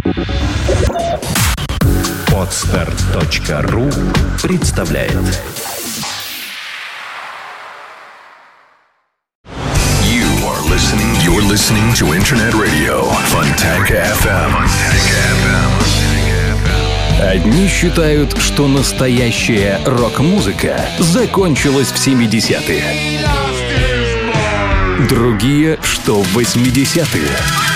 Podster.ru представляет. You're listening to Internet Radio Fontanka FM. Одни считают, что настоящая рок-музыка закончилась в 70-е. Другие, что в 80-е.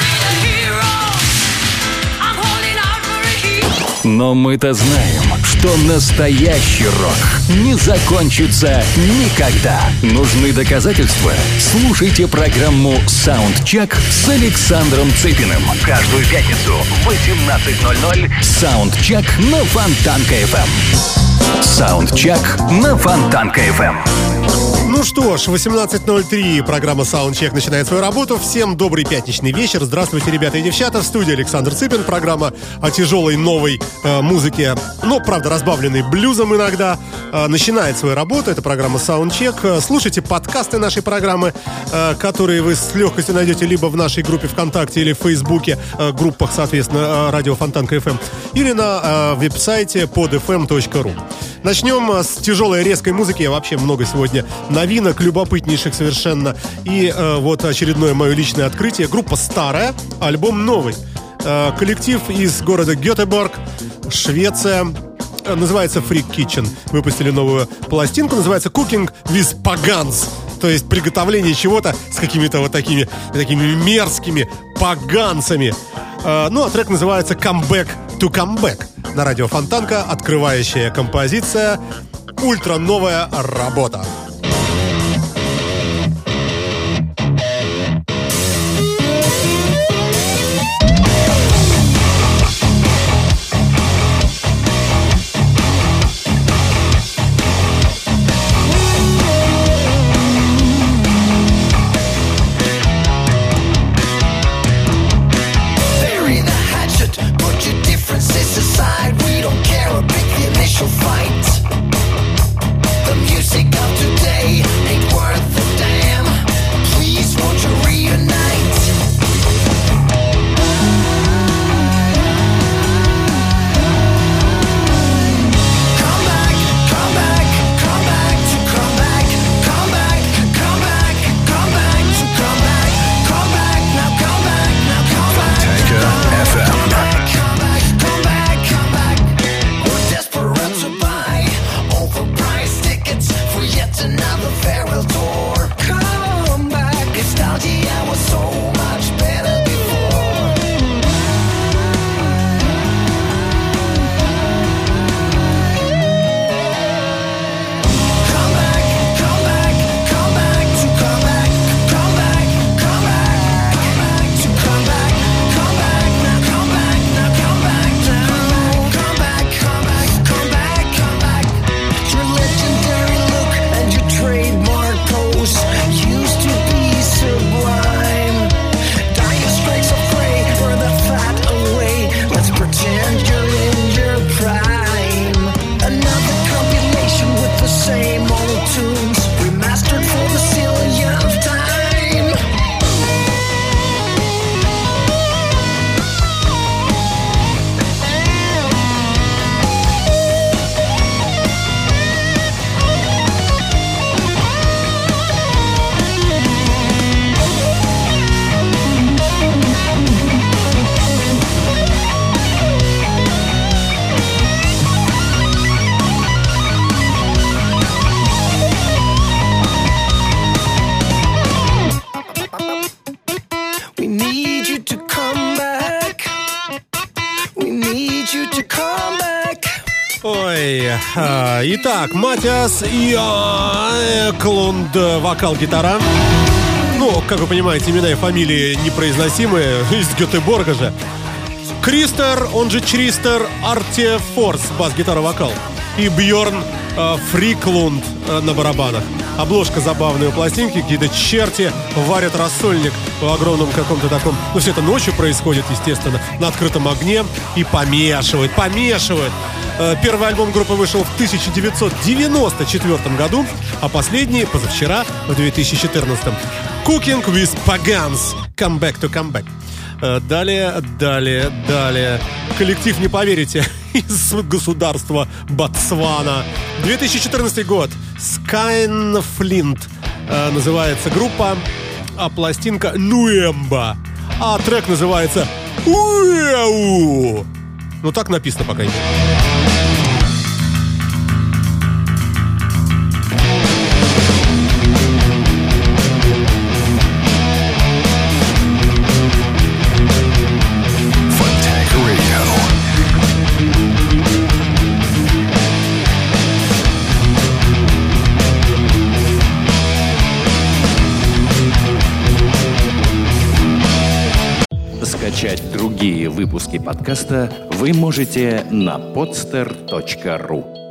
Но мы-то знаем, что настоящий рок не закончится никогда. Нужны доказательства? Слушайте программу «Саундчек» с Александром Цыпиным. Каждую пятницу в 18:00 «Саундчек» на Фонтанка FM. «Саундчек» на Фонтанка FM. Ну что ж, 18:03, программа «Саундчек» начинает свою работу. Всем добрый пятничный вечер. Здравствуйте, ребята и девчата. В студии Александр Цыпин. Программа о тяжелой новой музыке, но, правда, разбавленной блюзом иногда, начинает свою работу. Это программа «Саундчек». Слушайте подкасты нашей программы, которые вы с легкостью найдете либо в нашей группе ВКонтакте или в Фейсбуке, группах, соответственно, радио Фонтанка FM, или на веб-сайте podfm.ru. Начнем с тяжелой резкой музыки. Вообще много сегодня новинок, любопытнейших совершенно. И вот очередное мое личное открытие. Группа старая, альбом новый. Коллектив из города Гетеборг, Швеция. Называется Freak Kitchen. Выпустили новую пластинку. Называется Cooking with Pagans. То есть приготовление чего-то с какими-то вот такими мерзкими поганцами. Ну а трек называется Come Back to Come Back. На радио Фонтанка открывающая композиция, ультра новая работа. Итак, Матиас и Эклунд, вокал, гитара. Ну, как вы понимаете, имена и фамилии непроизносимые, из Гетеборга же. Кристер, он же Чристер Артефорс, бас-гитара, вокал. И Бьорн Фриклунд на барабанах. Обложка забавная у пластинки, какие-то черти варят рассольник в огромном каком-то таком... Ну, все это ночью происходит, естественно, на открытом огне. И помешивают. Первый альбом группы вышел в 1994 году, а последний позавчера, в 2014. Cooking with Pagans. Come Back to Come Back. Далее. Коллектив, не поверите, из государства Ботсвана. 2014 год. Skynflint называется группа, а пластинка Nuemba. А трек называется Уэу. Ну так написано, по крайней мере. Скачать другие выпуски подкаста вы можете на podster.ru.